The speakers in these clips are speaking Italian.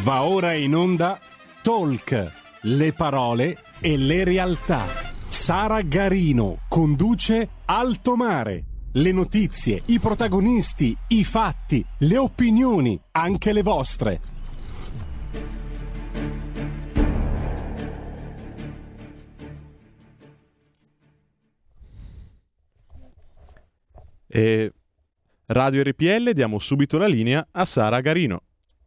Va ora in onda Talk, le parole e le realtà. Sara Garino conduce Alto Mare. Le notizie, i protagonisti, i fatti, le opinioni, anche le vostre. E Radio RPL, diamo subito la linea a Sara Garino.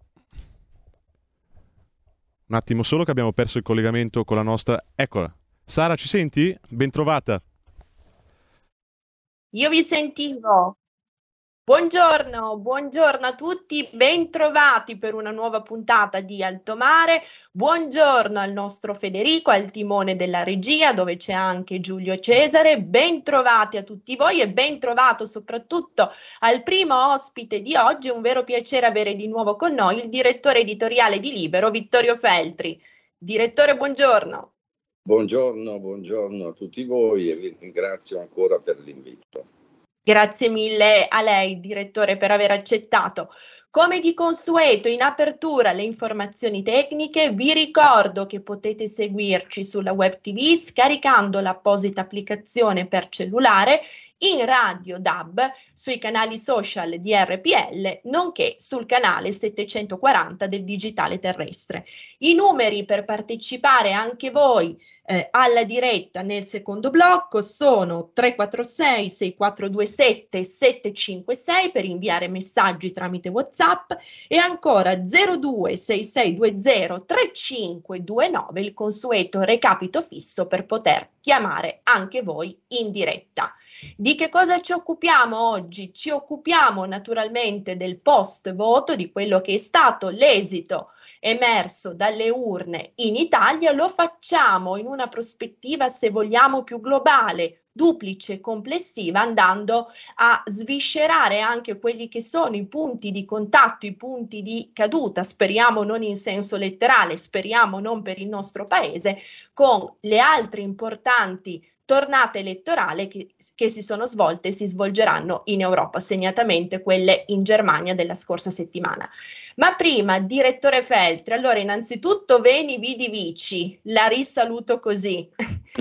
Un attimo solo che abbiamo perso il collegamento con la nostra... Eccola. Sara, ci senti? Ben trovata. Io vi sentivo. Buongiorno a tutti, ben trovati per una nuova puntata di Alto Mare. Buongiorno al nostro Federico, al timone della regia, dove c'è anche Giulio Cesare. Ben trovati a tutti voi e ben trovato soprattutto al primo ospite di oggi. Un vero piacere avere di nuovo con noi il direttore editoriale di Libero, Vittorio Feltri. Direttore, buongiorno. Buongiorno a tutti voi e vi ringrazio ancora per l'invito. Grazie mille a lei, direttore, per aver accettato. Come di consueto, in apertura le informazioni tecniche. Vi ricordo che potete seguirci sulla web TV scaricando l'apposita applicazione per cellulare, in radio DAB, sui canali social di RPL, nonché sul canale 740 del digitale terrestre. I numeri per partecipare anche voi alla diretta nel secondo blocco sono 346 6427 756 per inviare messaggi tramite WhatsApp e ancora 02 6620 3529 il consueto recapito fisso per poter chiamare anche voi in diretta. Di che cosa ci occupiamo oggi? Ci occupiamo naturalmente del post voto, di quello che è stato l'esito emerso dalle urne in Italia. Lo facciamo in una prospettiva, se vogliamo, più globale, duplice e complessiva, andando a sviscerare anche quelli che sono i punti di contatto, i punti di caduta, speriamo non in senso letterale, speriamo non per il nostro paese, con le altre importanti tornate elettorali che si sono svolte e si svolgeranno in Europa, segnatamente quelle in Germania della scorsa settimana. Ma prima, direttore Feltri, allora innanzitutto veni vidi vici, la risaluto così.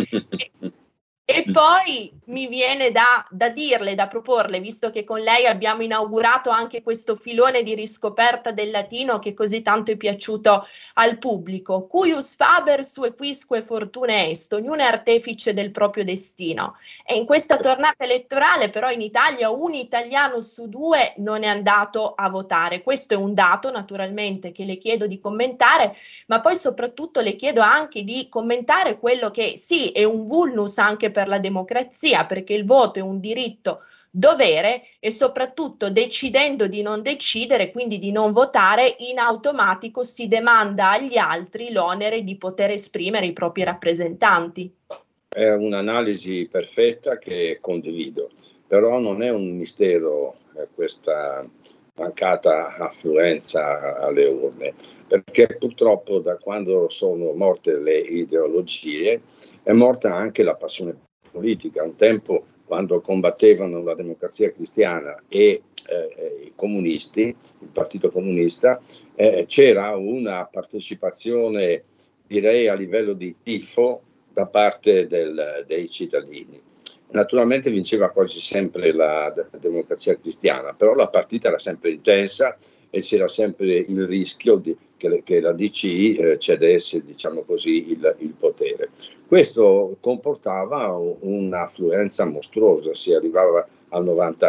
E poi mi viene da dirle, da proporle, visto che con lei abbiamo inaugurato anche questo filone di riscoperta del latino che così tanto è piaciuto al pubblico. Cuius faber sue quisque fortune est, ognuno è artefice del proprio destino. E in questa tornata elettorale però in Italia un italiano su due non è andato a votare. Questo è un dato naturalmente che le chiedo di commentare, ma poi soprattutto le chiedo anche di commentare quello che sì è un vulnus anche per la democrazia, perché il voto è un diritto dovere e soprattutto decidendo di non decidere, quindi di non votare, in automatico si demanda agli altri l'onere di poter esprimere i propri rappresentanti. È un'analisi perfetta che condivido, però non è un mistero questa mancata affluenza alle urne, perché purtroppo da quando sono morte le ideologie è morta anche la passione politica. Un tempo, quando combattevano la Democrazia Cristiana e i comunisti, il Partito Comunista, c'era una partecipazione, direi a livello di tifo, da parte dei cittadini. Naturalmente vinceva quasi sempre la Democrazia Cristiana, però la partita era sempre intensa e c'era sempre il rischio che la DC cedesse, diciamo così, il potere. Questo comportava un'affluenza mostruosa, si arrivava al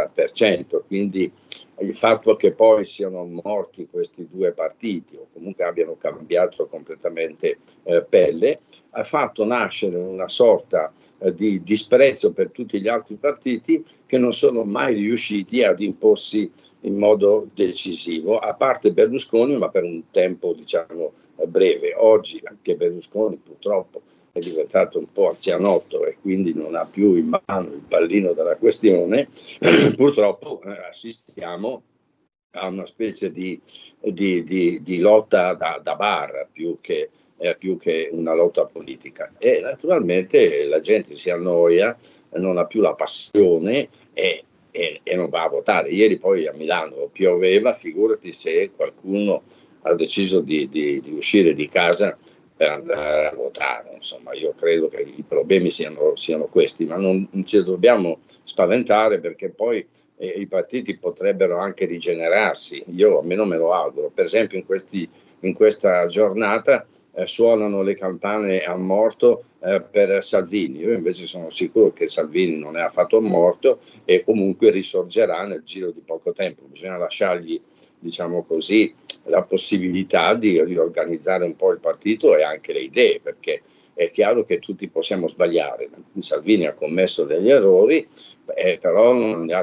90%, quindi il fatto che poi siano morti questi due partiti o comunque abbiano cambiato completamente pelle ha fatto nascere una sorta di disprezzo per tutti gli altri partiti che non sono mai riusciti ad imporsi in modo decisivo, a parte Berlusconi, ma per un tempo diciamo breve. Oggi anche Berlusconi purtroppo è diventato un po' anzianotto e quindi non ha più in mano il pallino della questione. Purtroppo assistiamo a una specie di lotta da bar più che una lotta politica, e naturalmente la gente si annoia, non ha più la passione e non va a votare. Ieri poi a Milano pioveva, figurati se qualcuno ha deciso di uscire di casa per andare a votare. Insomma, io credo che i problemi siano questi, ma non ci dobbiamo spaventare, perché poi i partiti potrebbero anche rigenerarsi. Io almeno me lo auguro. Per esempio in questa giornata suonano le campane a morto per Salvini. Io invece sono sicuro che Salvini non è affatto morto e comunque risorgerà nel giro di poco tempo. Bisogna lasciargli, diciamo così, la possibilità di riorganizzare un po' il partito e anche le idee, perché è chiaro che tutti possiamo sbagliare. Salvini ha commesso degli errori, però non ne ha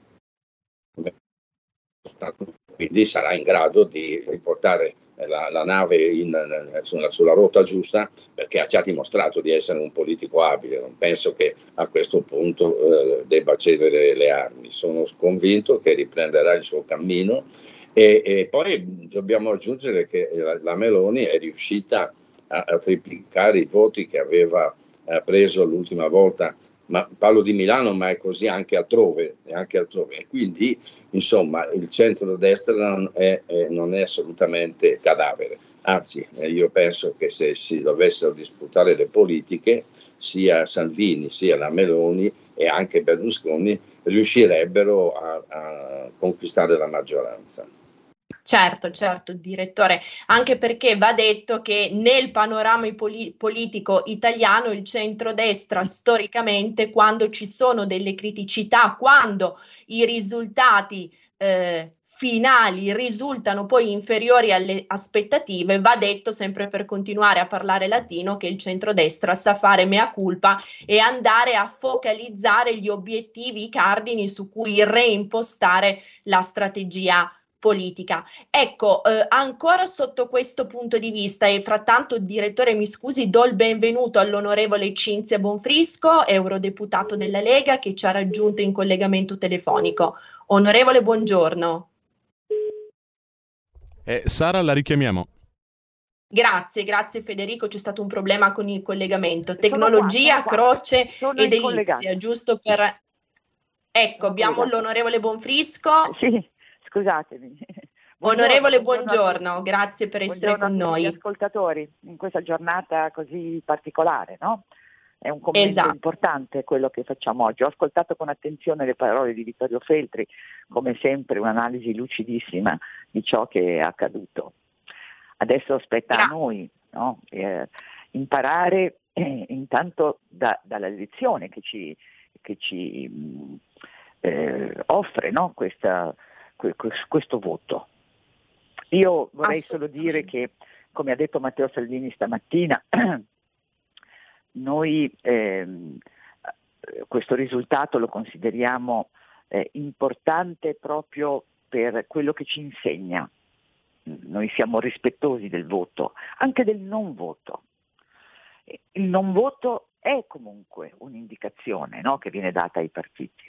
quindi sarà in grado di riportare la nave sulla rotta giusta, perché ha già dimostrato di essere un politico abile. Non penso che a questo punto debba cedere le armi. Sono convinto che riprenderà il suo cammino e poi dobbiamo aggiungere che la Meloni è riuscita a triplicare i voti che aveva preso l'ultima volta. Ma parlo di Milano, ma è così anche altrove. E quindi, insomma, il centrodestra non è assolutamente cadavere. Anzi, io penso che se si dovessero disputare le politiche, sia Salvini, sia la Meloni e anche Berlusconi riuscirebbero a conquistare la maggioranza. Certo, direttore, anche perché va detto che nel panorama politico italiano il centrodestra storicamente, quando ci sono delle criticità, quando i risultati finali risultano poi inferiori alle aspettative, va detto, sempre per continuare a parlare latino, che il centrodestra sa fare mea culpa e andare a focalizzare gli obiettivi, i cardini su cui reimpostare la strategia politica. Ecco, ancora sotto questo punto di vista, e frattanto, direttore, mi scusi, do il benvenuto all'onorevole Cinzia Bonfrisco, eurodeputato della Lega, che ci ha raggiunto in collegamento telefonico. Onorevole, buongiorno. Sara, la richiamiamo. Grazie Federico, c'è stato un problema con il collegamento. Tecnologia, croce e delizia, giusto per... Ecco, abbiamo l'onorevole Bonfrisco. Sì. Scusatemi. Onorevole, buongiorno, grazie per essere con noi. Gli ascoltatori in questa giornata così particolare, no? È un commento importante quello che facciamo oggi. Ho ascoltato con attenzione le parole di Vittorio Feltri, come sempre un'analisi lucidissima di ciò che è accaduto. Adesso spetta a noi, no? Imparare intanto dalla lezione che ci offre, no? Questo voto. Io vorrei solo dire che, come ha detto Matteo Salvini stamattina, noi questo risultato lo consideriamo importante proprio per quello che ci insegna. Noi siamo rispettosi del voto, anche del non voto. Il non voto è comunque un'indicazione, no, che viene data ai partiti.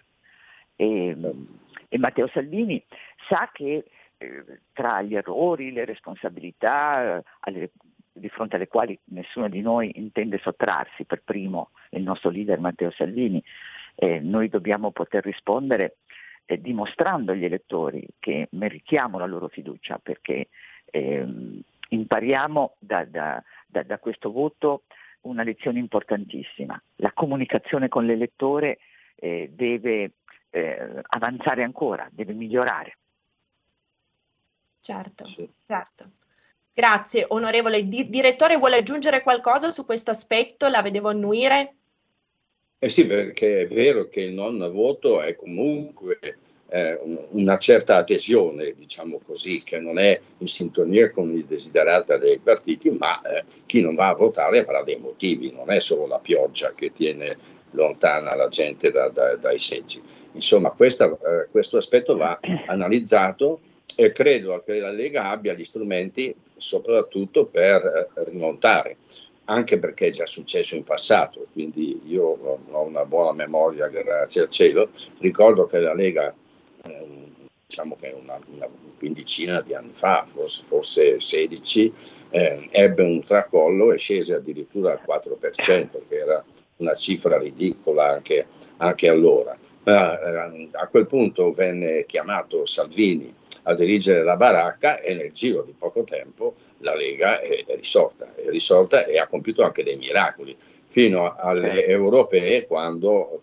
E Matteo Salvini sa che tra gli errori, le responsabilità di fronte alle quali nessuno di noi intende sottrarsi, per primo il nostro leader Matteo Salvini, noi dobbiamo poter rispondere dimostrando agli elettori che meritiamo la loro fiducia, perché impariamo da questo voto una lezione importantissima. La comunicazione con l'elettore deve avanzare ancora, deve migliorare. Certo. Grazie, onorevole. Direttore, vuole aggiungere qualcosa su questo aspetto? La vedevo annuire? Sì, perché è vero che il non voto è comunque una certa adesione, diciamo così, che non è in sintonia con i desiderata dei partiti, ma chi non va a votare avrà dei motivi, non è solo la pioggia che tiene lontana la gente dai seggi. Insomma, questo aspetto va analizzato e credo che la Lega abbia gli strumenti soprattutto per rimontare, anche perché è già successo in passato, quindi io ho una buona memoria, grazie al cielo. Ricordo che la Lega, diciamo che una quindicina di anni fa, forse 16, ebbe un tracollo e scese addirittura al 4%, che era una cifra ridicola anche allora. A quel punto venne chiamato Salvini a dirigere la baracca, e nel giro di poco tempo la Lega è risorta e ha compiuto anche dei miracoli, fino alle europee, quando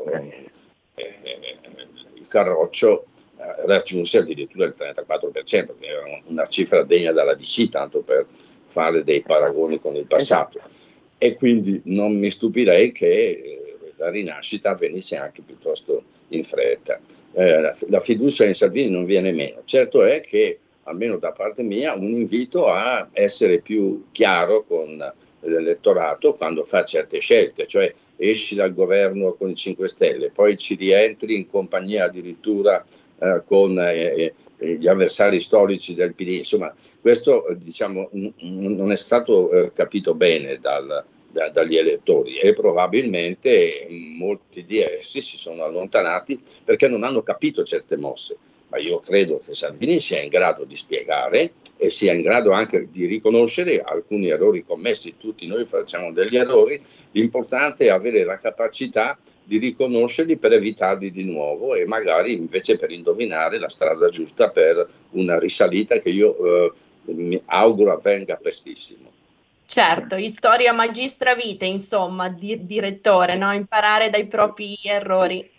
il Carroccio raggiunse addirittura il 34%, che è una cifra degna dalla DC, tanto per fare dei paragoni con il passato. E quindi non mi stupirei che la rinascita avvenisse anche piuttosto in fretta. La fiducia in Salvini non viene meno. Certo è che, almeno da parte mia, un invito a essere più chiaro con l'elettorato quando fa certe scelte, cioè esci dal governo con i 5 Stelle, poi ci rientri in compagnia addirittura con gli avversari storici del PD. Insomma, questo diciamo non è stato capito bene dagli elettori, e probabilmente molti di essi si sono allontanati perché non hanno capito certe mosse. Ma io credo che Salvini sia in grado di spiegare e sia in grado anche di riconoscere alcuni errori commessi. Tutti noi facciamo degli errori, l'importante è avere la capacità di riconoscerli per evitarli di nuovo, e magari invece per indovinare la strada giusta per una risalita che io mi auguro avvenga prestissimo. Certo, historia magistra vitae, insomma, direttore, no? Imparare dai propri errori.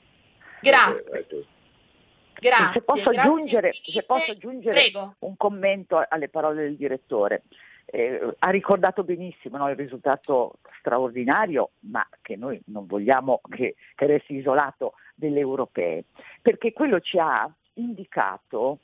Grazie. Grazie, se posso aggiungere un commento alle parole del direttore. Ha ricordato benissimo, no, il risultato straordinario, ma che noi non vogliamo che resti isolato, delle europee, perché quello ci ha indicato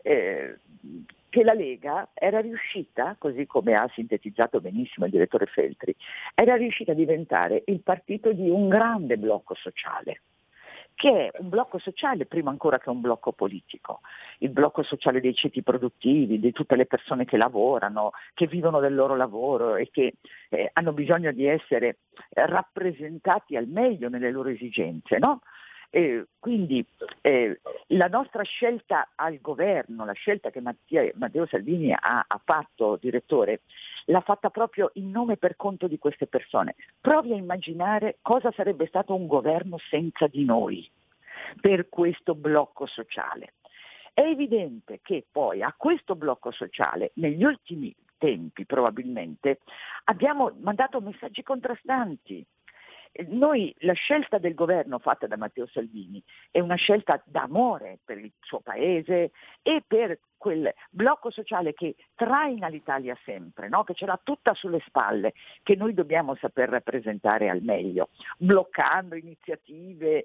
che la Lega era riuscita, così come ha sintetizzato benissimo il direttore Feltri, era riuscita a diventare il partito di un grande blocco sociale, che è un blocco sociale prima ancora che un blocco politico, il blocco sociale dei ceti produttivi, di tutte le persone che lavorano, che vivono del loro lavoro e che hanno bisogno di essere rappresentati al meglio nelle loro esigenze, no? Quindi la nostra scelta al governo, la scelta che Matteo Salvini ha fatto, direttore, l'ha fatta proprio in nome e per conto di queste persone. Provi a immaginare cosa sarebbe stato un governo senza di noi per questo blocco sociale. È evidente che poi a questo blocco sociale negli ultimi tempi probabilmente abbiamo mandato messaggi contrastanti. Noi, la scelta del governo fatta da Matteo Salvini è una scelta d'amore per il suo paese e per quel blocco sociale che traina l'Italia sempre, no? Che ce l'ha tutta sulle spalle, che noi dobbiamo saper rappresentare al meglio, bloccando iniziative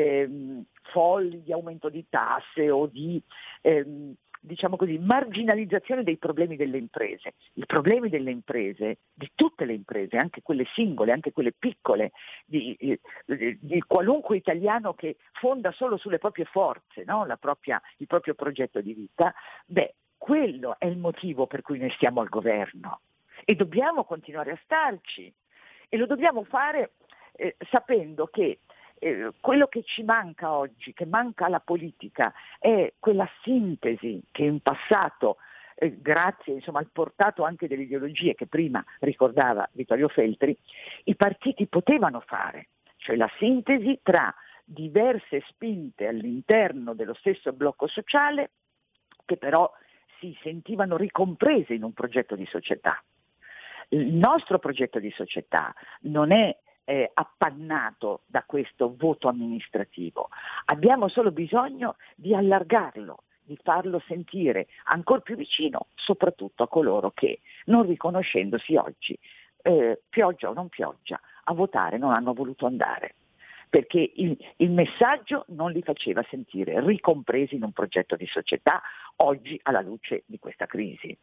folli di aumento di tasse o di diciamo così, marginalizzazione dei problemi delle imprese. I problemi delle imprese, di tutte le imprese, anche quelle singole, anche quelle piccole, di qualunque italiano che fonda solo sulle proprie forze, no? Il proprio progetto di vita, quello è il motivo per cui noi stiamo al governo e dobbiamo continuare a starci, e lo dobbiamo fare sapendo che quello che ci manca oggi, che manca alla politica, è quella sintesi che in passato, grazie al portato anche delle ideologie che prima ricordava Vittorio Feltri, i partiti potevano fare, cioè la sintesi tra diverse spinte all'interno dello stesso blocco sociale, che però si sentivano ricomprese in un progetto di società. Il nostro progetto di società non è appannato da questo voto amministrativo, abbiamo solo bisogno di allargarlo, di farlo sentire ancora più vicino, soprattutto a coloro che, non riconoscendosi oggi, pioggia o non pioggia, a votare non hanno voluto andare, perché il messaggio non li faceva sentire ricompresi in un progetto di società oggi alla luce di questa crisi.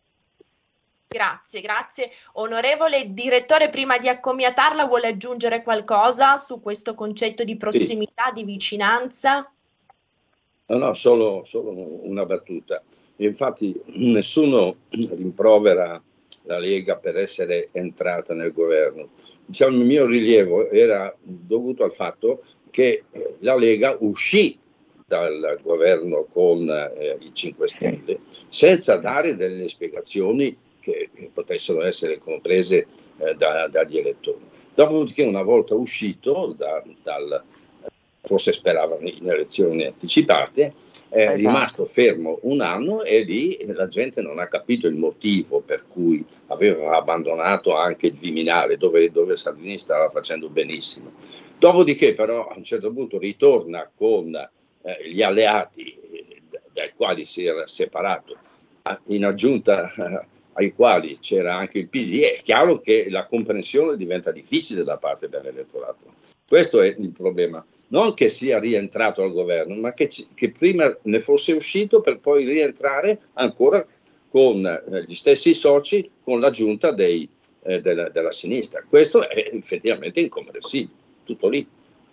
Grazie. Onorevole direttore, prima di accomiatarla, vuole aggiungere qualcosa su questo concetto di prossimità, sì, di vicinanza? No, solo una battuta. Infatti nessuno rimprovera la Lega per essere entrata nel governo. Il mio rilievo era dovuto al fatto che la Lega uscì dal governo con i 5 Stelle senza dare delle spiegazioni che potessero essere comprese dagli elettori. Dopodiché, una volta uscito forse speravano in elezioni anticipate, è rimasto fermo un anno e lì la gente non ha capito il motivo per cui aveva abbandonato anche il Viminale, dove Salvini stava facendo benissimo. Dopodiché però a un certo punto ritorna con gli alleati dai quali si era separato, in aggiunta ai quali c'era anche il PD. È chiaro che la comprensione diventa difficile da parte dell'elettorato. Questo è il problema. Non che sia rientrato al governo, ma che prima ne fosse uscito per poi rientrare ancora con gli stessi soci, con l'aggiunta della sinistra. Questo è effettivamente incomprensibile. Tutto lì.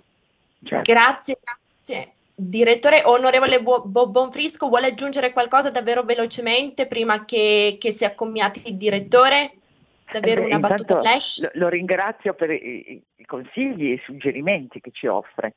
Grazie. Direttore, onorevole Bonfrisco, vuole aggiungere qualcosa davvero velocemente prima che si accomiati il direttore? Davvero una battuta flash? Lo ringrazio per i consigli e i suggerimenti che ci offre.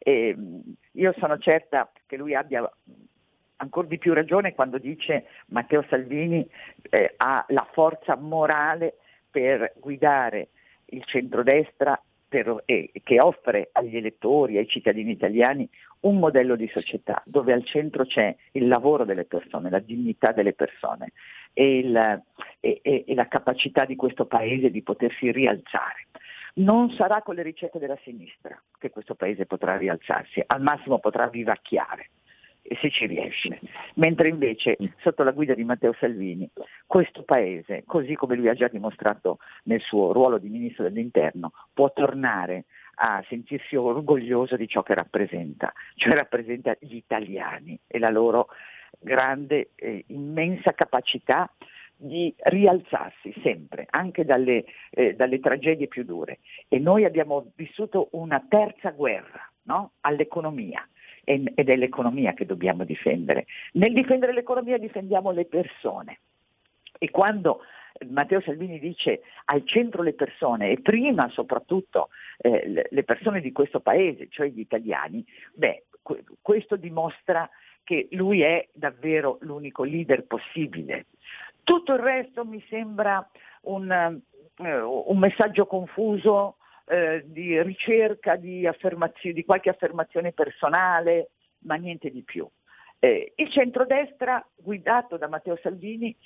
Io sono certa che lui abbia ancora di più ragione quando dice Matteo Salvini ha la forza morale per guidare il centrodestra che offre agli elettori, ai cittadini italiani un modello di società dove al centro c'è il lavoro delle persone, la dignità delle persone e la capacità di questo paese di potersi rialzare. Non sarà con le ricette della sinistra che questo paese potrà rialzarsi, al massimo potrà vivacchiare, e se ci riesce, mentre invece sotto la guida di Matteo Salvini questo paese, così come lui ha già dimostrato nel suo ruolo di ministro dell'interno, può tornare a sentirsi orgoglioso di ciò che rappresenta, cioè rappresenta gli italiani e la loro grande, immensa capacità di rialzarsi sempre, anche dalle tragedie più dure. E noi abbiamo vissuto una terza guerra, no? All'economia. Ed è l'economia che dobbiamo difendere. Nel difendere l'economia difendiamo le persone. E quando Matteo Salvini dice al centro le persone e prima soprattutto le persone di questo paese, cioè gli italiani, questo dimostra che lui è davvero l'unico leader possibile. Tutto il resto mi sembra un messaggio confuso, di ricerca di qualche affermazione personale, ma niente di più. Il centrodestra guidato da Matteo Salvini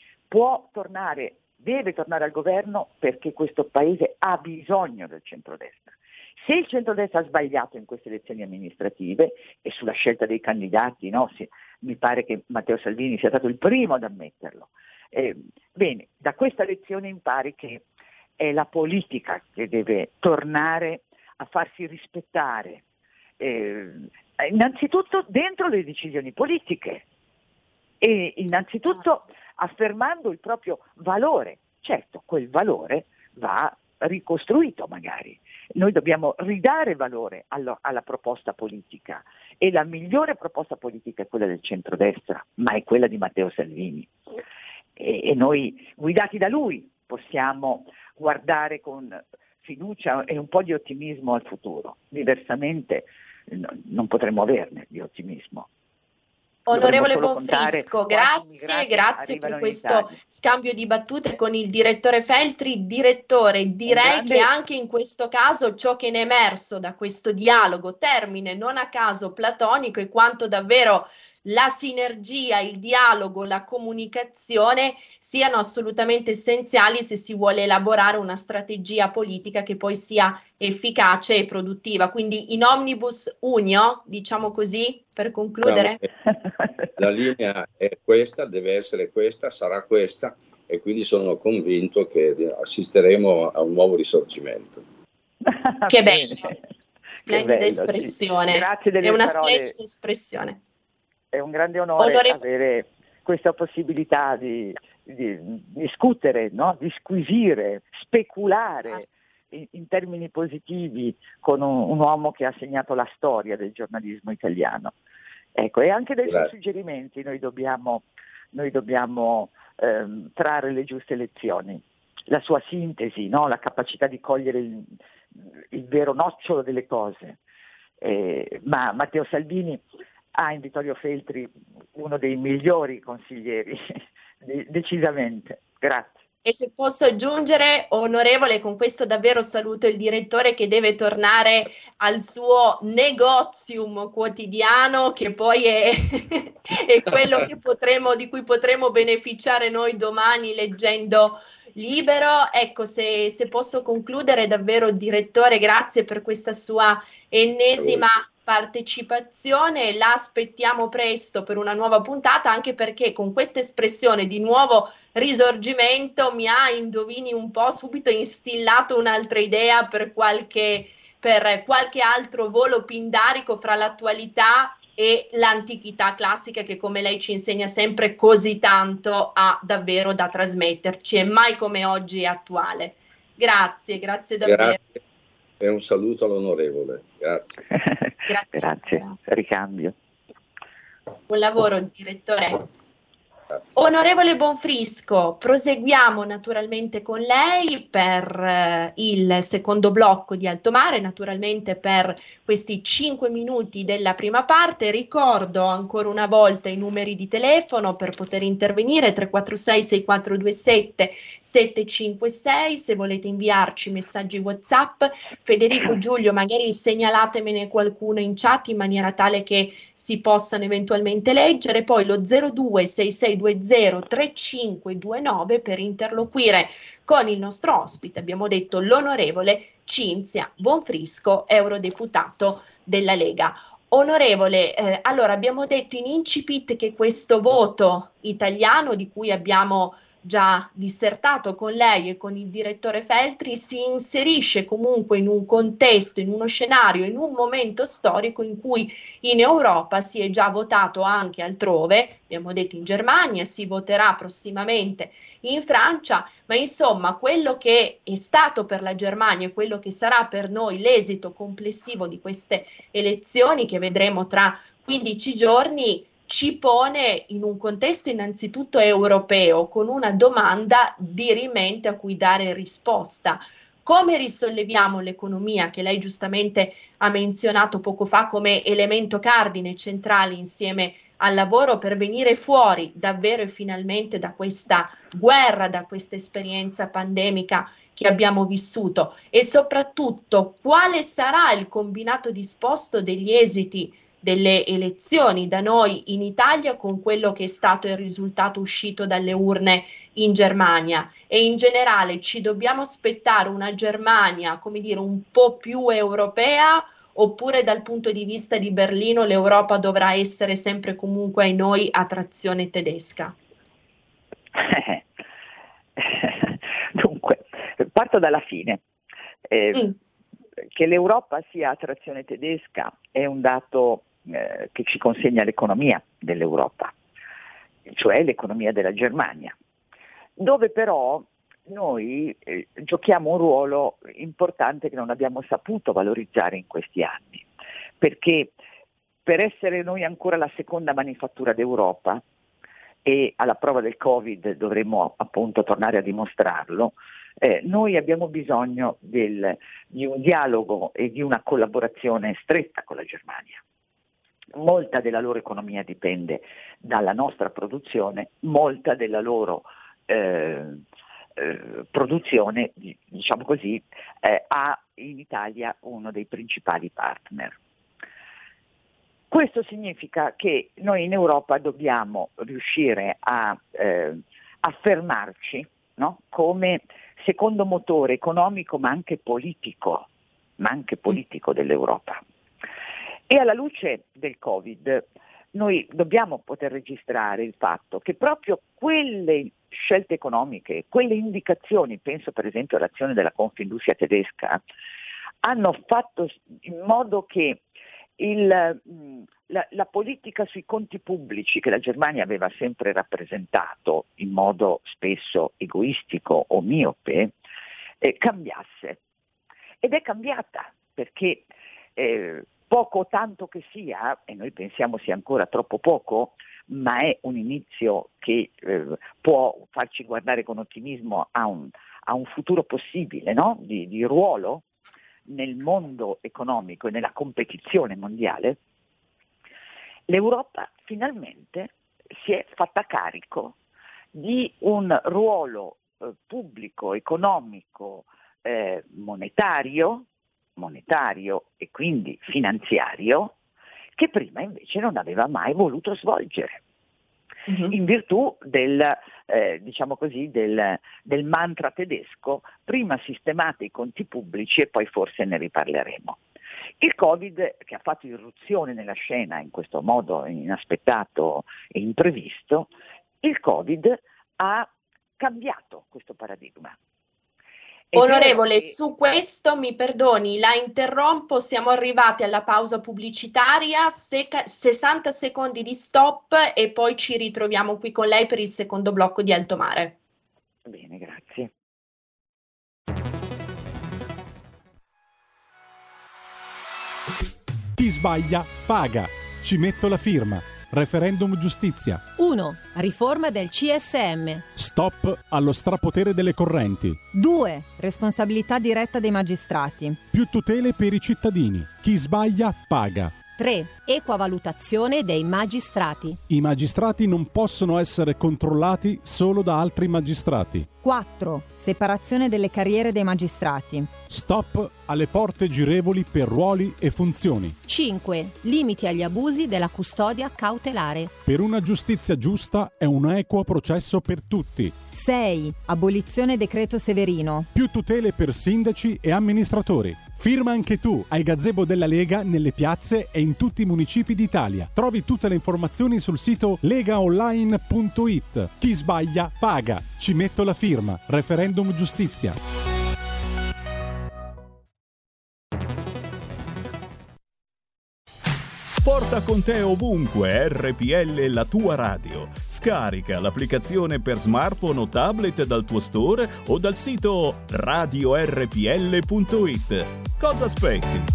deve tornare al governo perché questo paese ha bisogno del centrodestra. Se il centrodestra ha sbagliato in queste elezioni amministrative e sulla scelta dei candidati, mi pare che Matteo Salvini sia stato il primo ad ammetterlo. Bene, da questa lezione impari che è la politica che deve tornare a farsi rispettare, innanzitutto dentro le decisioni politiche e innanzitutto affermando il proprio valore. Certo, quel valore va ricostruito magari. Noi dobbiamo ridare valore alla proposta politica e la migliore proposta politica è quella del centrodestra, ma è quella di Matteo Salvini. E noi, guidati da lui, possiamo guardare con fiducia e un po' di ottimismo al futuro. Diversamente non potremo averne di ottimismo. Onorevole Bonfrisco, grazie per questo scambio di battute con il direttore Feltri. Direttore, direi che anche in questo caso ciò che ne è emerso da questo dialogo, termine non a caso platonico, è quanto davvero la sinergia, il dialogo, la comunicazione siano assolutamente essenziali se si vuole elaborare una strategia politica che poi sia efficace e produttiva. Quindi in omnibus unio, diciamo così, per concludere. La linea è questa, deve essere questa, sarà questa, e quindi sono convinto che assisteremo a un nuovo risorgimento. Che bello, splendida bello, espressione, sì. Grazie delle è una parole. splendida espressione. È un grande onore avere questa possibilità di discutere, no? Di squisire, speculare in termini positivi con un uomo che ha segnato la storia del giornalismo italiano. Ecco, e anche dai suoi suggerimenti noi dobbiamo trarre le giuste lezioni. La sua sintesi, no? La capacità di cogliere il vero nocciolo delle cose. Ma Matteo Salvini ha in Vittorio Feltri uno dei migliori consiglieri, decisamente. Grazie. E se posso aggiungere, onorevole, con questo davvero saluto il direttore che deve tornare al suo negozium quotidiano, che poi è, è quello che di cui potremo beneficiare noi domani leggendo Libero. Ecco, se posso concludere, davvero direttore, grazie per questa sua ennesima partecipazione, la aspettiamo presto per una nuova puntata, anche perché con questa espressione di nuovo risorgimento mi ha, indovini un po', subito instillato un'altra idea per qualche altro volo pindarico fra l'attualità e l'antichità classica, che come lei ci insegna sempre così tanto ha davvero da trasmetterci, e mai come oggi è attuale. Grazie davvero. Grazie e un saluto all'onorevole. Grazie. Grazie, ricambio. Buon lavoro, direttore. Onorevole Bonfrisco, proseguiamo naturalmente con lei per il secondo blocco di Alto Mare, naturalmente per questi 5 minuti della prima parte. Ricordo ancora una volta i numeri di telefono per poter intervenire: 346-6427-756, se volete inviarci messaggi WhatsApp. Federico, Giulio, magari segnalatemene qualcuno in chat in maniera tale che si possano eventualmente leggere. Poi lo 0266203529 per interloquire con il nostro ospite, abbiamo detto l'onorevole Cinzia Bonfrisco, eurodeputato della Lega. Onorevole, allora abbiamo detto in incipit che questo voto italiano, di cui abbiamo già dissertato con lei e con il direttore Feltri, si inserisce comunque in un contesto, in uno scenario, in un momento storico in cui in Europa si è già votato anche altrove, abbiamo detto in Germania, si voterà prossimamente in Francia, ma insomma quello che è stato per la Germania e quello che sarà per noi l'esito complessivo di queste elezioni, che vedremo tra 15 giorni, ci pone in un contesto innanzitutto europeo, con una domanda dirimente a cui dare risposta. Come risolleviamo l'economia, che lei giustamente ha menzionato poco fa come elemento cardine centrale insieme al lavoro, per venire fuori davvero e finalmente da questa guerra, da questa esperienza pandemica che abbiamo vissuto? E soprattutto, quale sarà il combinato disposto degli esiti delle elezioni da noi in Italia con quello che è stato il risultato uscito dalle urne in Germania? E in generale ci dobbiamo aspettare una Germania, come dire, un po' più europea, oppure dal punto di vista di Berlino l'Europa dovrà essere sempre comunque ai noi a trazione tedesca? Dunque, parto dalla fine. Che l'Europa sia a trazione tedesca è un dato che ci consegna l'economia dell'Europa, cioè l'economia della Germania, dove però noi giochiamo un ruolo importante che non abbiamo saputo valorizzare in questi anni, perché per essere noi ancora la seconda manifattura d'Europa, e alla prova del Covid dovremmo appunto tornare a dimostrarlo, noi abbiamo bisogno di un dialogo e di una collaborazione stretta con la Germania. Molta della loro economia dipende dalla nostra produzione, molta della loro produzione, diciamo così, ha in Italia uno dei principali partner. Questo significa che noi in Europa dobbiamo riuscire a affermarci, no? Come secondo motore economico ma anche politico dell'Europa. E alla luce del Covid noi dobbiamo poter registrare il fatto che proprio quelle scelte economiche, quelle indicazioni, penso per esempio all'azione della Confindustria tedesca, hanno fatto in modo che la politica sui conti pubblici, che la Germania aveva sempre rappresentato in modo spesso egoistico o miope, cambiasse. Ed è cambiata perché poco o tanto che sia, e noi pensiamo sia ancora troppo poco, ma è un inizio che può farci guardare con ottimismo a un futuro possibile, no? di ruolo nel mondo economico e nella competizione mondiale. L'Europa finalmente si è fatta carico di un ruolo pubblico, economico, monetario e quindi finanziario, che prima invece non aveva mai voluto svolgere, in virtù del mantra tedesco: prima sistemate i conti pubblici e poi forse ne riparleremo. Il Covid, che ha fatto irruzione nella scena in questo modo inaspettato e imprevisto, il Covid ha cambiato questo paradigma. Onorevole, su questo mi perdoni, la interrompo, siamo arrivati alla pausa pubblicitaria, 60 secondi di stop e poi ci ritroviamo qui con lei per il secondo blocco di Alto Mare. Bene, grazie. Chi sbaglia paga. Ci metto la firma. Referendum giustizia. 1. Riforma del CSM. Stop allo strapotere delle correnti. 2. Responsabilità diretta dei magistrati. Più tutele per i cittadini. Chi sbaglia paga. 3. Equa valutazione dei magistrati. I magistrati non possono essere controllati solo da altri magistrati. 4. Separazione delle carriere dei magistrati. Stop alle porte girevoli per ruoli e funzioni. 5. Limiti agli abusi della custodia cautelare. Per una giustizia giusta è un equo processo per tutti. 6. Abolizione decreto Severino. Più tutele per sindaci e amministratori. Firma anche tu ai gazebo della Lega nelle piazze e in tutti i municipi d'Italia. Trovi tutte le informazioni sul sito legaonline.it. Chi sbaglia paga. Ci metto la firma. Referendum giustizia. Porta con te ovunque RPL, la tua radio. Scarica l'applicazione per smartphone o tablet dal tuo store o dal sito radiorpl.it. Cosa aspetti?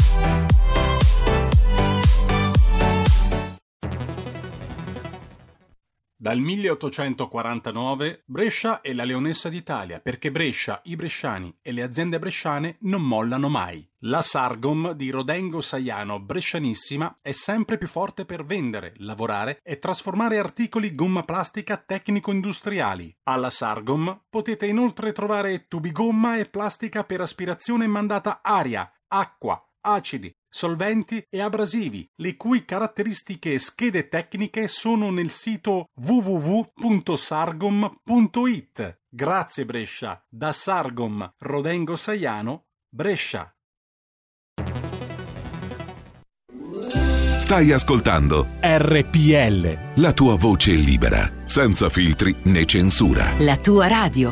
Dal 1849 Brescia è la leonessa d'Italia, perché Brescia, i bresciani e le aziende bresciane non mollano mai. La Sargom di Rodengo Saiano Brescianissima è sempre più forte per vendere, lavorare e trasformare articoli gomma plastica tecnico-industriali. Alla Sargom potete inoltre trovare tubi gomma e plastica per aspirazione mandata aria, acqua, acidi, solventi e abrasivi, le cui caratteristiche e schede tecniche sono nel sito www.sargom.it. Grazie Brescia, da Sargom Rodengo Saiano, Brescia. Stai ascoltando RPL, la tua voce libera, senza filtri né censura. La tua radio.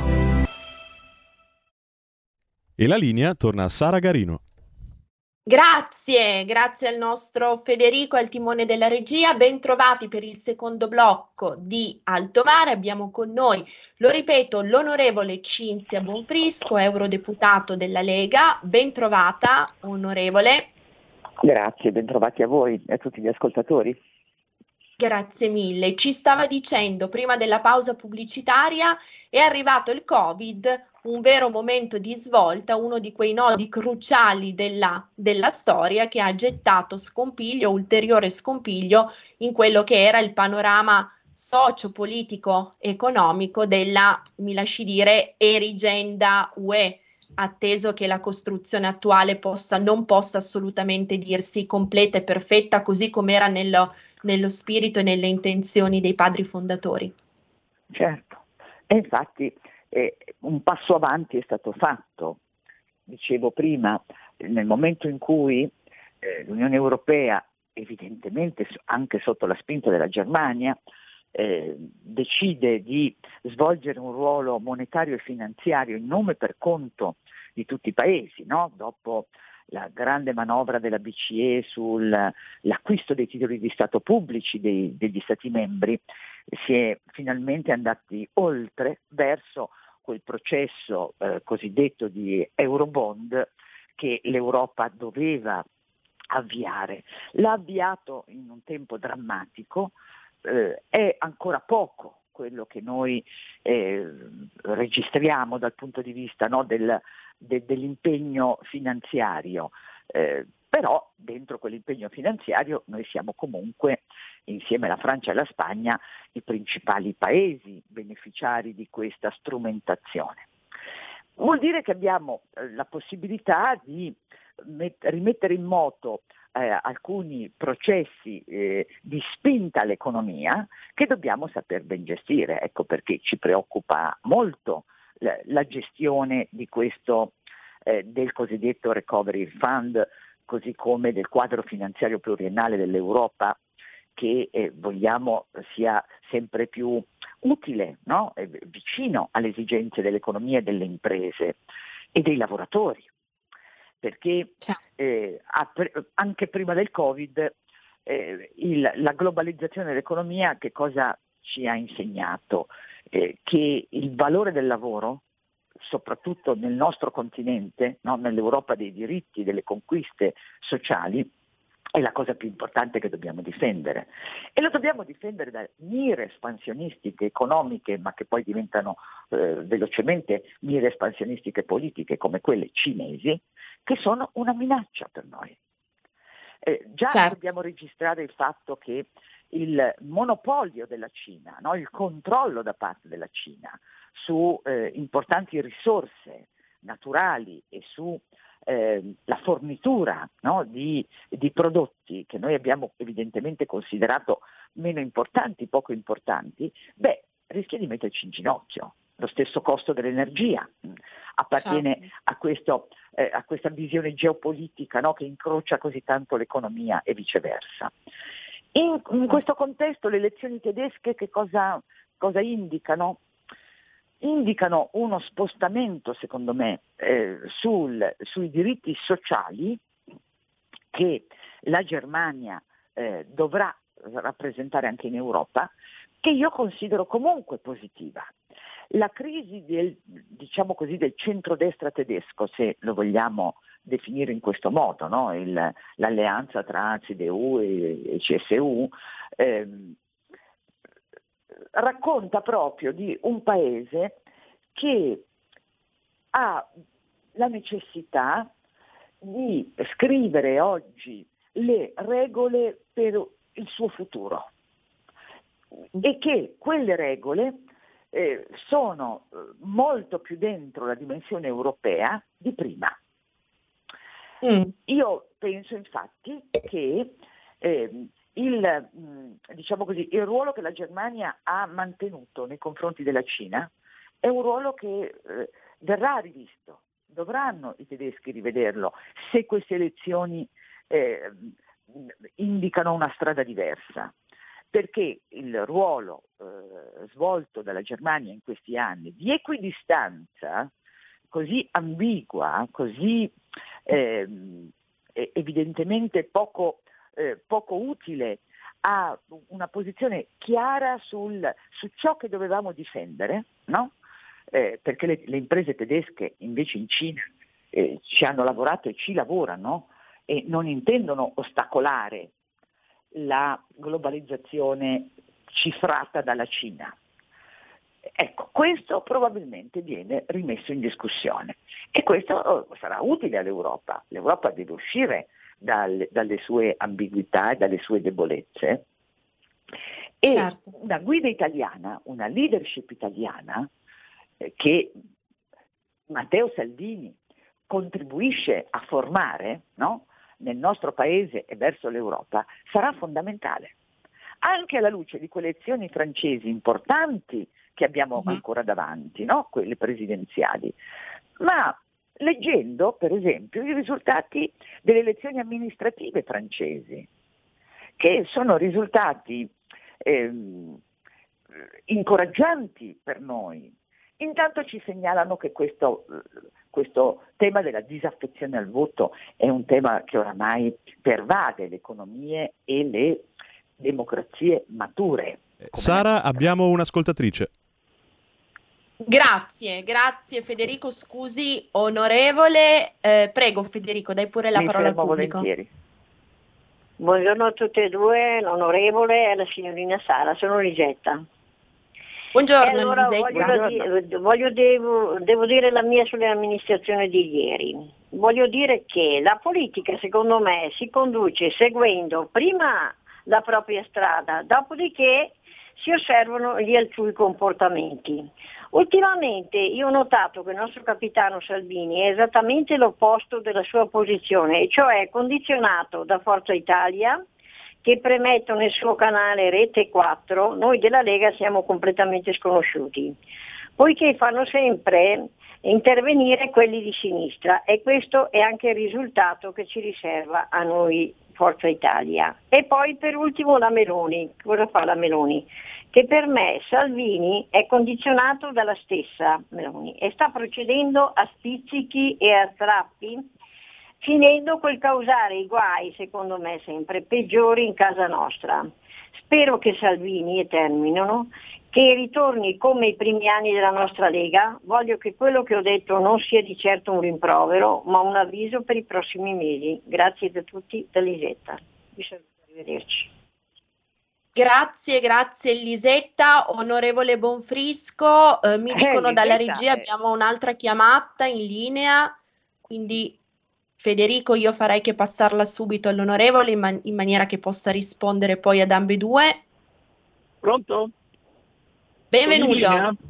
E la linea torna a Sara Garino. Grazie al nostro Federico al timone della regia, ben trovati per il secondo blocco di Alto Mare. Abbiamo con noi, lo ripeto, l'onorevole Cinzia Bonfrisco, eurodeputato della Lega. Ben trovata, onorevole. Grazie, ben trovati a voi e a tutti gli ascoltatori. Grazie mille. Ci stava dicendo prima della pausa pubblicitaria, è arrivato il Covid, un vero momento di svolta, uno di quei nodi cruciali della storia che ha gettato scompiglio, ulteriore scompiglio in quello che era il panorama socio-politico economico della, mi lasci dire, erigenda UE, atteso che la costruzione attuale non possa assolutamente dirsi completa e perfetta, così come era nello spirito e nelle intenzioni dei padri fondatori. Certo, e infatti un passo avanti è stato fatto. Dicevo prima, nel momento in cui l'Unione Europea, evidentemente anche sotto la spinta della Germania, decide di svolgere un ruolo monetario e finanziario in nome e per conto di tutti i paesi, no? Dopo la grande manovra della BCE sull'acquisto dei titoli di Stato pubblici degli Stati membri, si è finalmente andati oltre verso quel processo cosiddetto di Eurobond che l'Europa doveva avviare. L'ha avviato in un tempo drammatico, è ancora poco quello che noi registriamo dal punto di vista, no, dell'impegno finanziario, però dentro quell'impegno finanziario noi siamo comunque, insieme alla Francia e alla Spagna, i principali paesi beneficiari di questa strumentazione. Vuol dire che abbiamo la possibilità di rimettere in moto alcuni processi di spinta all'economia che dobbiamo saper ben gestire. Ecco perché ci preoccupa molto la gestione di questo del cosiddetto Recovery Fund, così come del quadro finanziario pluriennale dell'Europa, che vogliamo sia sempre più utile, no? Vicino alle esigenze dell'economia e delle imprese e dei lavoratori. Perché anche prima del Covid la globalizzazione dell'economia che cosa ci ha insegnato? Che il valore del lavoro, soprattutto nel nostro continente, no? Nell'Europa dei diritti, delle conquiste sociali, è la cosa più importante che dobbiamo difendere. E lo dobbiamo difendere da mire espansionistiche economiche, ma che poi diventano velocemente mire espansionistiche politiche come quelle cinesi, che sono una minaccia per noi. Dobbiamo registrare il fatto che il monopolio della Cina, no? Il controllo da parte della Cina su importanti risorse naturali e su la fornitura, no? di prodotti che noi abbiamo evidentemente considerato meno importanti, poco importanti, rischia di metterci in ginocchio. Lo stesso costo dell'energia appartiene a questa visione geopolitica, no? Che incrocia così tanto l'economia e viceversa. In questo contesto le elezioni tedesche che cosa indicano? Indicano uno spostamento, secondo me, sui diritti sociali che la Germania dovrà rappresentare anche in Europa, che io considero comunque positiva. La crisi del centrodestra tedesco, se lo vogliamo definire in questo modo, no? L'alleanza tra CDU e CSU, racconta proprio di un paese che ha la necessità di scrivere oggi le regole per il suo futuro e che quelle regole sono molto più dentro la dimensione europea di prima. Io penso infatti che il ruolo che la Germania ha mantenuto nei confronti della Cina è un ruolo che verrà rivisto. Dovranno i tedeschi rivederlo se queste elezioni indicano una strada diversa, perché il ruolo svolto dalla Germania in questi anni di equidistanza così ambigua, così evidentemente poco utile a una posizione chiara su ciò che dovevamo difendere, no? Perché le imprese tedesche invece in Cina ci hanno lavorato e ci lavorano e non intendono ostacolare la globalizzazione cifrata dalla Cina. Ecco, questo probabilmente viene rimesso in discussione e questo sarà utile all'Europa. L'Europa deve uscire dalle sue ambiguità e dalle sue debolezze e una guida italiana, una leadership italiana che Matteo Salvini contribuisce a formare, no? Nel nostro paese e verso l'Europa sarà fondamentale, anche alla luce di quelle elezioni francesi importanti che abbiamo ancora davanti, no? Quelle presidenziali, ma leggendo per esempio i risultati delle elezioni amministrative francesi, che sono risultati incoraggianti per noi. Intanto ci segnalano che questo tema della disaffezione al voto è un tema che oramai pervade le economie e le democrazie mature. Sara, abbiamo un'ascoltatrice. Grazie Federico, scusi onorevole, prego Federico, dai pure la parola al pubblico. Volentieri. Buongiorno a tutte e due, l'onorevole e la signorina Sara, sono Lisetta. Buongiorno allora Lisetta. devo dire la mia sulle amministrazioni di ieri. Voglio dire che la politica, secondo me, si conduce seguendo prima la propria strada, dopodiché si osservano gli altrui comportamenti. Ultimamente io ho notato che il nostro capitano Salvini è esattamente l'opposto della sua posizione, e cioè è condizionato da Forza Italia, che premettono nel suo canale Rete 4, noi della Lega siamo completamente sconosciuti, poiché fanno sempre intervenire quelli di sinistra, e questo è anche il risultato che ci riserva a noi Forza Italia. E poi per ultimo la Meloni. Cosa fa la Meloni? Che per me Salvini è condizionato dalla stessa Meloni e sta procedendo a spizzichi e a strappi, finendo col causare i guai, secondo me sempre peggiori in casa nostra. Spero che Salvini, e terminano, che ritorni come i primi anni della nostra Lega. Voglio che quello che ho detto non sia di certo un rimprovero, ma un avviso per i prossimi mesi. Grazie a tutti, da Lisetta. Vi saluto, arrivederci. Grazie Lisetta. Onorevole Bonfrisco, mi dicono dalla regia abbiamo un'altra chiamata in linea, quindi Federico io farei che passarla subito all'onorevole in maniera che possa rispondere poi ad ambedue. Pronto? Benvenuto.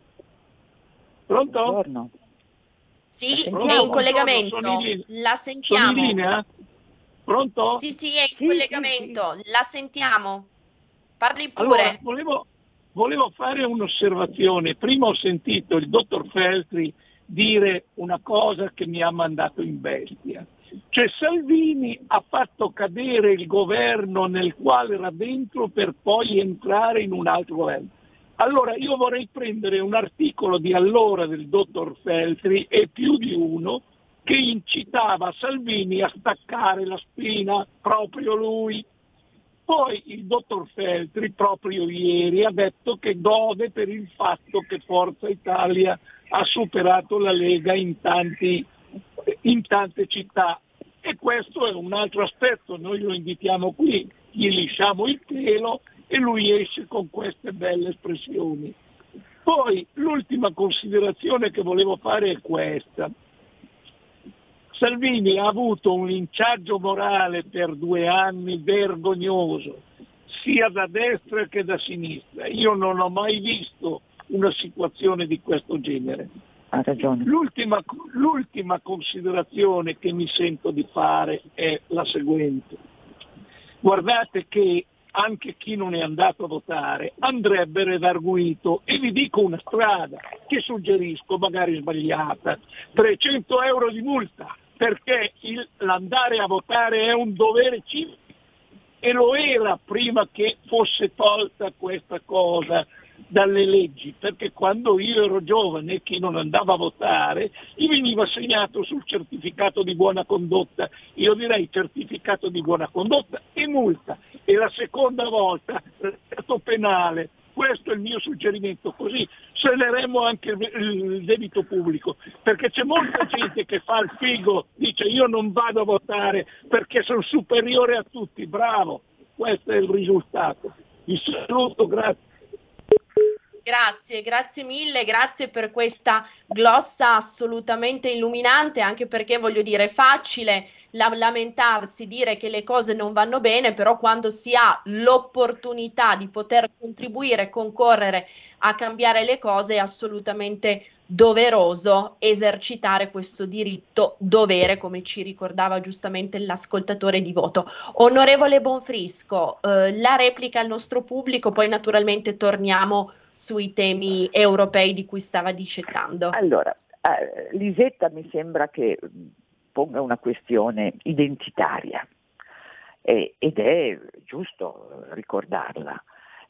Pronto? Buongiorno. Sì, Pronto? è in collegamento. La sentiamo. Sono in linea? Pronto? Sì, è in collegamento. Sì. La sentiamo. Parli pure. Allora, volevo fare un'osservazione. Prima ho sentito il dottor Feltri dire una cosa che mi ha mandato in bestia. Cioè Salvini ha fatto cadere il governo nel quale era dentro per poi entrare in un altro governo. Allora io vorrei prendere un articolo di allora del dottor Feltri, e più di uno, che incitava Salvini a staccare la spina, proprio lui. Poi il dottor Feltri proprio ieri ha detto che gode per il fatto che Forza Italia ha superato la Lega in tante città, e questo è un altro aspetto. Noi lo invitiamo qui, gli lisciamo il pelo e lui esce con queste belle espressioni. Poi l'ultima considerazione che volevo fare è questa. Salvini ha avuto un linciaggio morale per 2 anni vergognoso, sia da destra che da sinistra. Io non ho mai visto una situazione di questo genere. Ha ragione. L'ultima considerazione che mi sento di fare è la seguente. Guardate che anche chi non è andato a votare andrebbe redarguito, e vi dico una strada che suggerisco, magari sbagliata: 300 euro di multa, perché l'andare a votare è un dovere civico, e lo era prima che fosse tolta questa cosa dalle leggi, perché quando io ero giovane chi non andava a votare gli veniva segnato sul certificato di buona condotta, io direi certificato di buona condotta e multa, e la seconda volta reato penale. Questo è il mio suggerimento, così saneremo anche il debito pubblico, perché c'è molta gente che fa il figo, dice io non vado a votare perché sono superiore a tutti. Bravo, questo è il risultato. Vi saluto, grazie. Grazie mille, grazie per questa glossa assolutamente illuminante, anche perché voglio dire è facile lamentarsi, dire che le cose non vanno bene, però quando si ha l'opportunità di poter contribuire, concorrere a cambiare le cose è assolutamente doveroso esercitare questo diritto dovere, come ci ricordava giustamente l'ascoltatore di voto. Onorevole Bonfrisco, la replica al nostro pubblico, poi naturalmente torniamo sui temi europei di cui stava discettando. Allora, Lisetta mi sembra che ponga una questione identitaria ed è giusto ricordarla.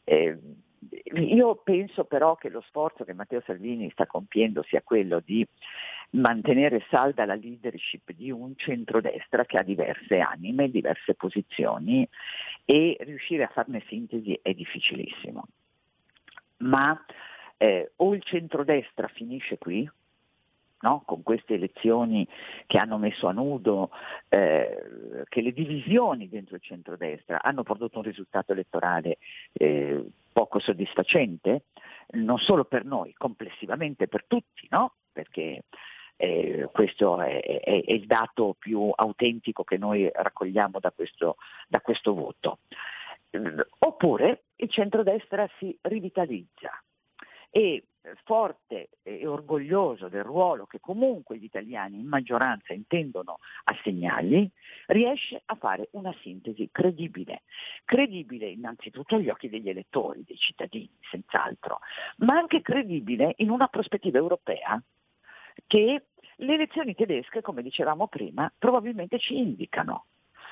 Io penso però che lo sforzo che Matteo Salvini sta compiendo sia quello di mantenere salda la leadership di un centrodestra che ha diverse anime, diverse posizioni, e riuscire a farne sintesi è difficilissimo. Ma o il centrodestra finisce qui, no? Con queste elezioni che hanno messo a nudo che le divisioni dentro il centrodestra hanno prodotto un risultato elettorale poco soddisfacente, non solo per noi, complessivamente per tutti, no? Perché questo è il dato più autentico che noi raccogliamo da questo voto. Oppure il centrodestra si rivitalizza e forte e orgoglioso del ruolo che comunque gli italiani in maggioranza intendono assegnargli, riesce a fare una sintesi credibile innanzitutto agli occhi degli elettori, dei cittadini, senz'altro, ma anche credibile in una prospettiva europea che le elezioni tedesche, come dicevamo prima, probabilmente ci indicano.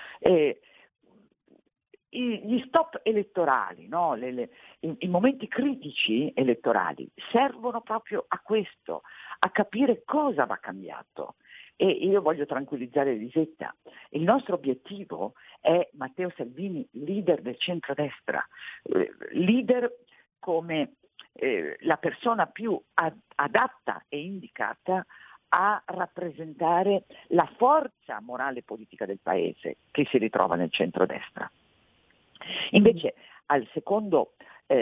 Gli stop elettorali, no? I momenti critici elettorali servono proprio a questo, a capire cosa va cambiato. E io voglio tranquillizzare Elisetta, il nostro obiettivo è Matteo Salvini, leader del centrodestra, leader come la persona più adatta e indicata a rappresentare la forza morale e politica del paese che si ritrova nel centrodestra. Invece al secondo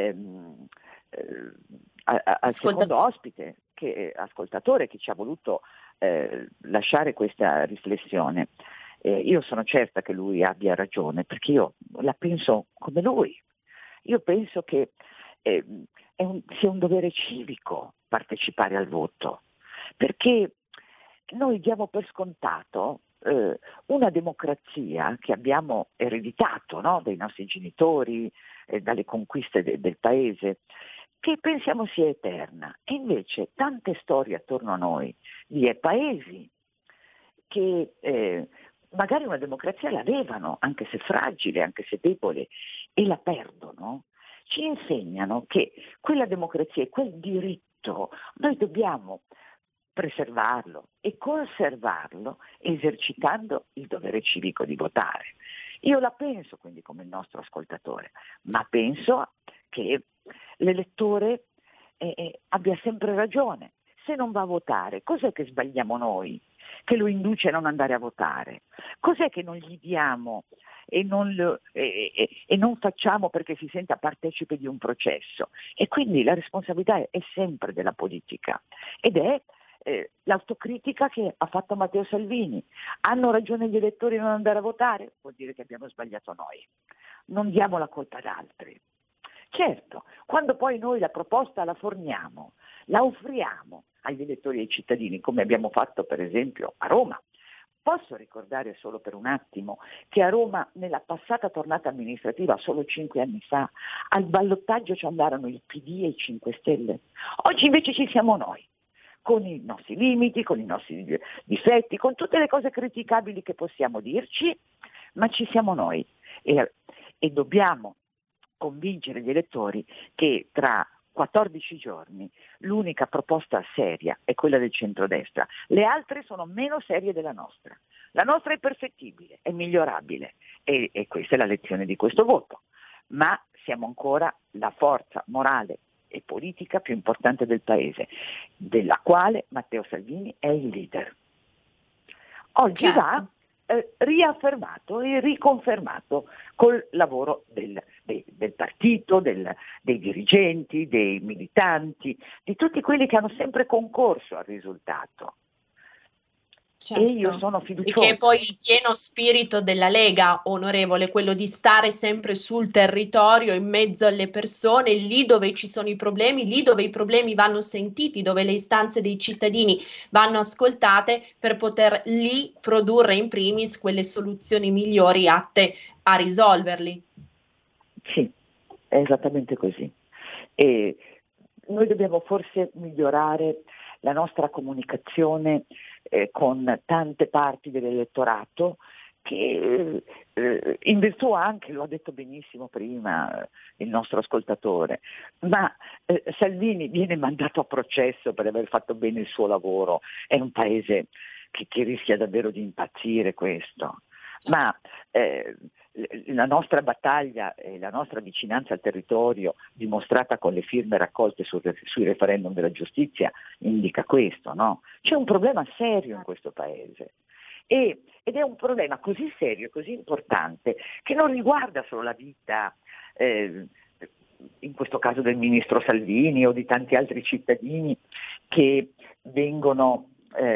ospite, ascoltatore che ci ha voluto lasciare questa riflessione, io sono certa che lui abbia ragione, perché io la penso come lui. Io penso che sia un dovere civico partecipare al voto, perché noi diamo per scontato una democrazia che abbiamo ereditato, no? Dai nostri genitori, dalle conquiste del paese, che pensiamo sia eterna. E invece tante storie attorno a noi di paesi che magari una democrazia l'avevano, anche se fragile, anche se debole, e la perdono, ci insegnano che quella democrazia e quel diritto noi dobbiamo preservarlo e conservarlo esercitando il dovere civico di votare. Io la penso quindi come il nostro ascoltatore, ma penso che l'elettore abbia sempre ragione. Se non va a votare, cos'è che sbagliamo noi che lo induce a non andare a votare? Cos'è che non gli diamo e non facciamo perché si senta partecipe di un processo? E quindi la responsabilità è sempre della politica ed è l'autocritica che ha fatto Matteo Salvini. Hanno ragione gli elettori a non andare a votare? Vuol dire che abbiamo sbagliato noi. Non diamo la colpa ad altri. Certo, quando poi noi la proposta la forniamo, la offriamo agli elettori e ai cittadini, come abbiamo fatto per esempio a Roma. Posso ricordare solo per un attimo che a Roma nella passata tornata amministrativa, solo 5 anni fa, al ballottaggio ci andarono il PD e i 5 Stelle. Oggi invece ci siamo noi, con i nostri limiti, con i nostri difetti, con tutte le cose criticabili che possiamo dirci, ma ci siamo noi e dobbiamo convincere gli elettori che tra 14 giorni l'unica proposta seria è quella del centrodestra. Le altre sono meno serie della nostra. La nostra è perfettibile, è migliorabile e questa è la lezione di questo voto. Ma siamo ancora la forza morale e politica più importante del paese, della quale Matteo Salvini è il leader. Oggi va riaffermato e riconfermato col lavoro del partito, dei dirigenti, dei militanti, di tutti quelli che hanno sempre concorso al risultato. Certo. E io sono fiduciosa. E che poi il pieno spirito della Lega, onorevole, quello di stare sempre sul territorio, in mezzo alle persone, lì dove ci sono i problemi, lì dove i problemi vanno sentiti, dove le istanze dei cittadini vanno ascoltate, per poter lì produrre in primis quelle soluzioni migliori atte a risolverli. Sì, è esattamente così. E noi dobbiamo forse migliorare la nostra comunicazione con tante parti dell'elettorato che in virtù anche, lo ha detto benissimo prima il nostro ascoltatore, ma Salvini viene mandato a processo per aver fatto bene il suo lavoro, è un paese che rischia davvero di impazzire questo, ma la nostra battaglia e la nostra vicinanza al territorio, dimostrata con le firme raccolte sui referendum della giustizia, indica questo, no? C'è un problema serio in questo paese. Ed è un problema così serio, così importante, che non riguarda solo la vita, in questo caso del ministro Salvini o di tanti altri cittadini che vengono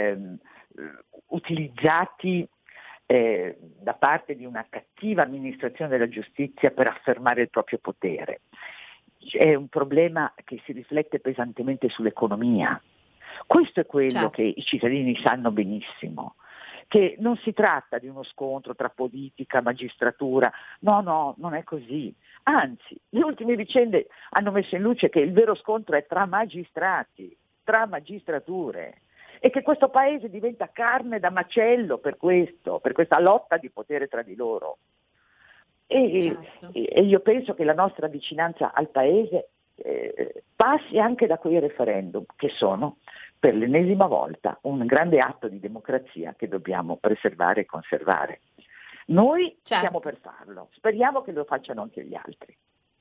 utilizzati da parte di una cattiva amministrazione della giustizia per affermare il proprio potere. È un problema che si riflette pesantemente sull'economia. Questo è quello che i cittadini sanno benissimo, che non si tratta di uno scontro tra politica, magistratura, no, non è così. Anzi, le ultime vicende hanno messo in luce che il vero scontro è tra magistrati, tra magistrature, e che questo paese diventa carne da macello per questa lotta di potere tra di loro. E io penso che la nostra vicinanza al paese passi anche da quei referendum, che sono per l'ennesima volta un grande atto di democrazia che dobbiamo preservare e conservare. Noi siamo per farlo, speriamo che lo facciano anche gli altri.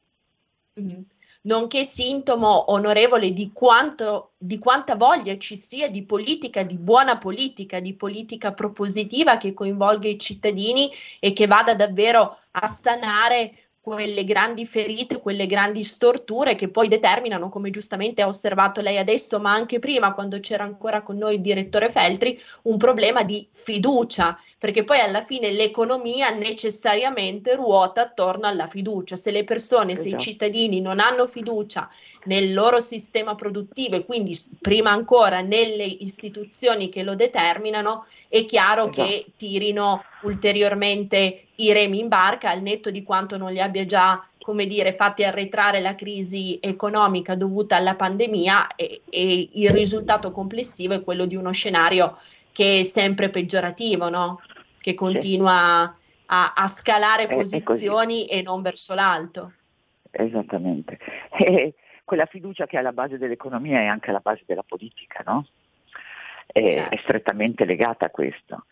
Nonché sintomo, onorevole, di quanta voglia ci sia di politica, di buona politica, di politica propositiva che coinvolga i cittadini e che vada davvero a sanare quelle grandi ferite, quelle grandi storture che poi determinano, come giustamente ha osservato lei adesso, ma anche prima quando c'era ancora con noi il direttore Feltri, un problema di fiducia, perché poi alla fine l'economia necessariamente ruota attorno alla fiducia. Se le persone, se i cittadini non hanno fiducia nel loro sistema produttivo e quindi prima ancora nelle istituzioni che lo determinano, è chiaro che tirino ulteriormente i remi in barca, al netto di quanto non li abbia già, come dire, fatti arretrare la crisi economica dovuta alla pandemia, e il risultato complessivo è quello di uno scenario che è sempre peggiorativo, no? Che continua a scalare posizioni e non verso l'alto. Esattamente. E quella fiducia che è alla base dell'economia è anche alla base della politica, no? È strettamente legata a questo.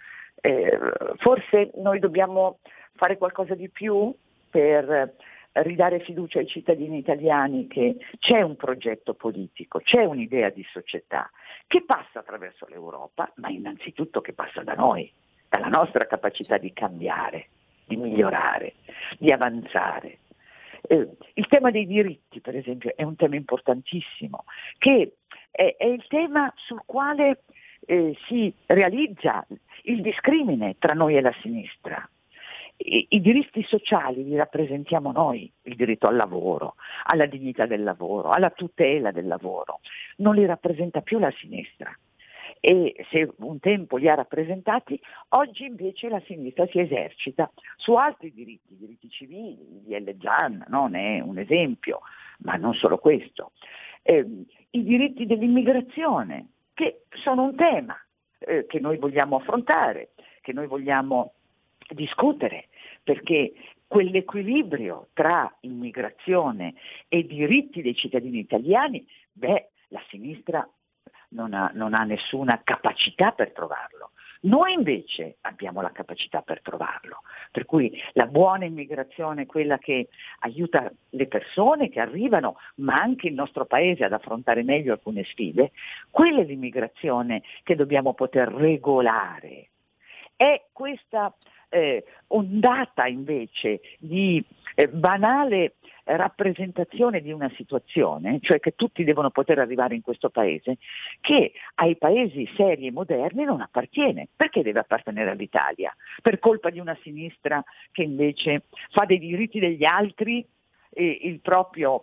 Forse noi dobbiamo fare qualcosa di più per ridare fiducia ai cittadini italiani che c'è un progetto politico, c'è un'idea di società che passa attraverso l'Europa, ma innanzitutto che passa da noi, dalla nostra capacità di cambiare, di migliorare, di avanzare. Il tema dei diritti, per esempio, è un tema importantissimo, che è il tema sul quale si realizza il discrimine tra noi e la sinistra. I diritti sociali li rappresentiamo noi, il diritto al lavoro, alla dignità del lavoro, alla tutela del lavoro. Non li rappresenta più la sinistra. E se un tempo li ha rappresentati, oggi invece la sinistra si esercita su altri diritti civili, il DL Zan, no? Ne è un esempio, ma non solo questo. I diritti dell'immigrazione, che sono un tema che noi vogliamo affrontare, che noi vogliamo discutere, perché quell'equilibrio tra immigrazione e diritti dei cittadini italiani, la sinistra non ha nessuna capacità per trovarlo. Noi invece abbiamo la capacità per trovarlo, per cui la buona immigrazione è quella che aiuta le persone che arrivano, ma anche il nostro paese ad affrontare meglio alcune sfide. Quella è l'immigrazione che dobbiamo poter regolare. È questa ondata invece di banale rappresentazione di una situazione, cioè che tutti devono poter arrivare in questo paese, che ai paesi seri e moderni non appartiene. Perché deve appartenere all'Italia? Per colpa di una sinistra che invece fa dei diritti degli altri il proprio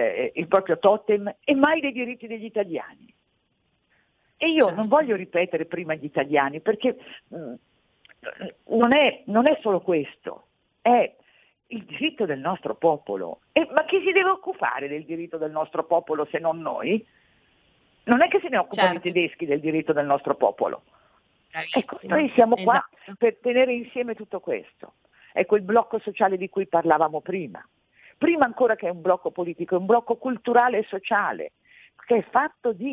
totem e mai dei diritti degli italiani. E io non voglio ripetere prima gli italiani, perché non è solo questo, è il diritto del nostro popolo. Ma chi si deve occupare del diritto del nostro popolo se non noi? Non è che se ne occupano i tedeschi del diritto del nostro popolo. Ecco, noi siamo qua per tenere insieme tutto questo. È quel blocco sociale di cui parlavamo prima ancora che è un blocco politico, è un blocco culturale e sociale, che è fatto di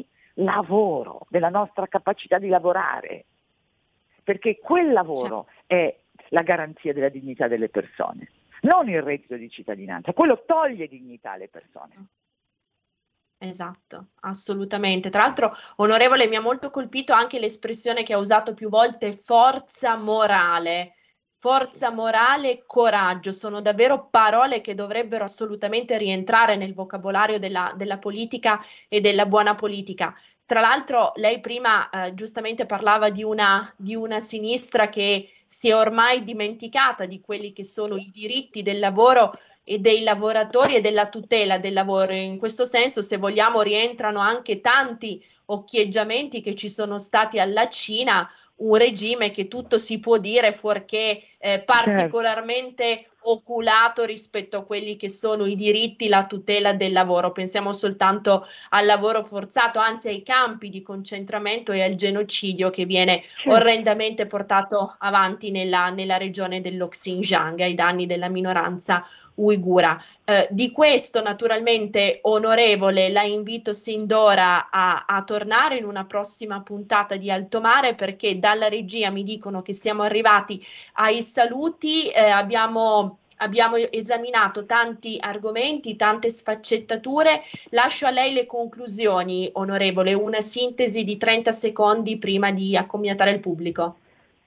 lavoro, della nostra capacità di lavorare, perché quel lavoro è la garanzia della dignità delle persone, non il reddito di cittadinanza, quello toglie dignità alle persone. Esatto, assolutamente. Tra l'altro, onorevole, mi ha molto colpito anche l'espressione che ha usato più volte, forza morale. Forza morale e coraggio sono davvero parole che dovrebbero assolutamente rientrare nel vocabolario della politica e della buona politica. Tra l'altro, lei prima giustamente parlava di una sinistra che si è ormai dimenticata di quelli che sono i diritti del lavoro e dei lavoratori e della tutela del lavoro. In questo senso, se vogliamo, rientrano anche tanti occhieggiamenti che ci sono stati alla Cina, un regime che tutto si può dire fuorché particolarmente oculato rispetto a quelli che sono i diritti, la tutela del lavoro. Pensiamo soltanto al lavoro forzato, anzi ai campi di concentramento e al genocidio che viene orrendamente portato avanti nella regione dello Xinjiang ai danni della minoranza uigura. Di questo naturalmente, onorevole, la invito sin d'ora a tornare in una prossima puntata di Alto Mare, perché dalla regia mi dicono che siamo arrivati ai saluti. Abbiamo esaminato tanti argomenti, tante sfaccettature. Lascio a lei le conclusioni, onorevole, una sintesi di 30 secondi prima di accomiatare il pubblico.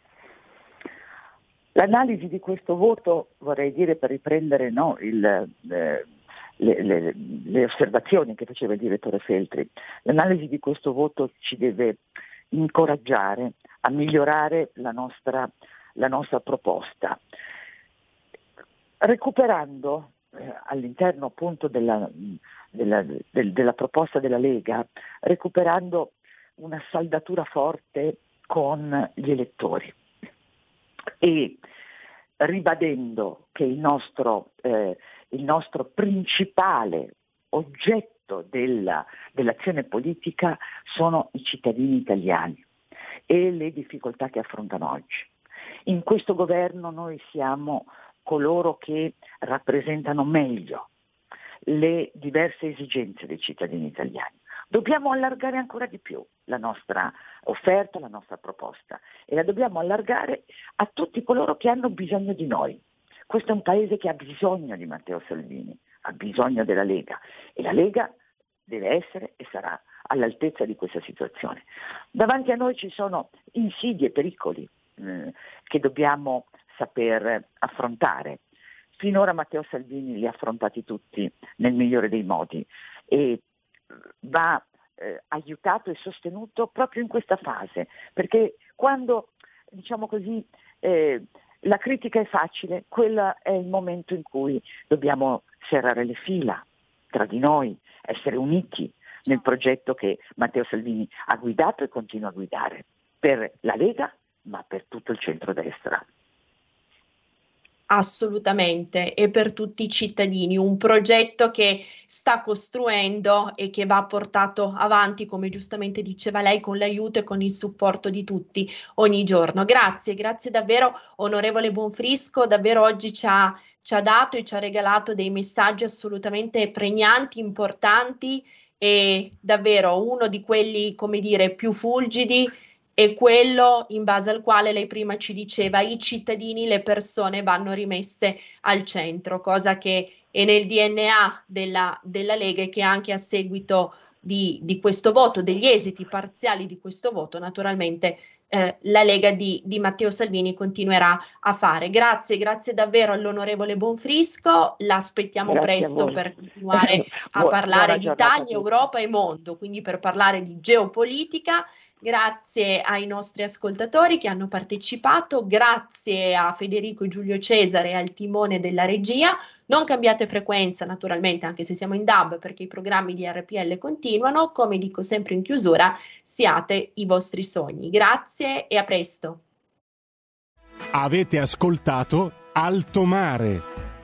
L'analisi di questo voto, vorrei dire, per riprendere le osservazioni che faceva il direttore Feltri, l'analisi di questo voto ci deve incoraggiare a migliorare la nostra proposta, recuperando all'interno appunto della proposta della Lega, recuperando una saldatura forte con gli elettori e ribadendo che il nostro principale oggetto dell'azione politica sono i cittadini italiani e le difficoltà che affrontano oggi. In questo governo noi siamo coloro che rappresentano meglio le diverse esigenze dei cittadini italiani. Dobbiamo allargare ancora di più la nostra offerta, la nostra proposta, e la dobbiamo allargare a tutti coloro che hanno bisogno di noi. Questo è un paese che ha bisogno di Matteo Salvini, ha bisogno della Lega, e la Lega deve essere e sarà all'altezza di questa situazione. Davanti a noi ci sono insidie e pericoli che dobbiamo saper affrontare. Finora Matteo Salvini li ha affrontati tutti nel migliore dei modi e va aiutato e sostenuto proprio in questa fase, perché quando, diciamo così, la critica è facile, quello è il momento in cui dobbiamo serrare le fila tra di noi, essere uniti nel progetto che Matteo Salvini ha guidato e continua a guidare per la Lega, ma per tutto il centrodestra. Assolutamente, e per tutti i cittadini, un progetto che sta costruendo e che va portato avanti, come giustamente diceva lei, con l'aiuto e con il supporto di tutti ogni giorno. Grazie davvero, onorevole Bonfrisco, davvero oggi ci ha dato e ci ha regalato dei messaggi assolutamente pregnanti, importanti, e davvero uno di quelli, come dire, più fulgidi è quello in base al quale lei prima ci diceva: i cittadini, le persone vanno rimesse al centro, cosa che è nel DNA della Lega, e che anche a seguito di questo voto, degli esiti parziali di questo voto, naturalmente la Lega di Matteo Salvini continuerà a fare. Grazie davvero all'onorevole Bonfrisco, l'aspettiamo presto per continuare a parlare di Italia, Europa e mondo, quindi per parlare di geopolitica. Grazie ai nostri ascoltatori che hanno partecipato, grazie a Federico e Giulio Cesare al timone della regia. Non cambiate frequenza naturalmente, anche se siamo in DAB, perché i programmi di RPL continuano. Come dico sempre in chiusura, siate i vostri sogni. Grazie e a presto. Avete ascoltato Alto Mare.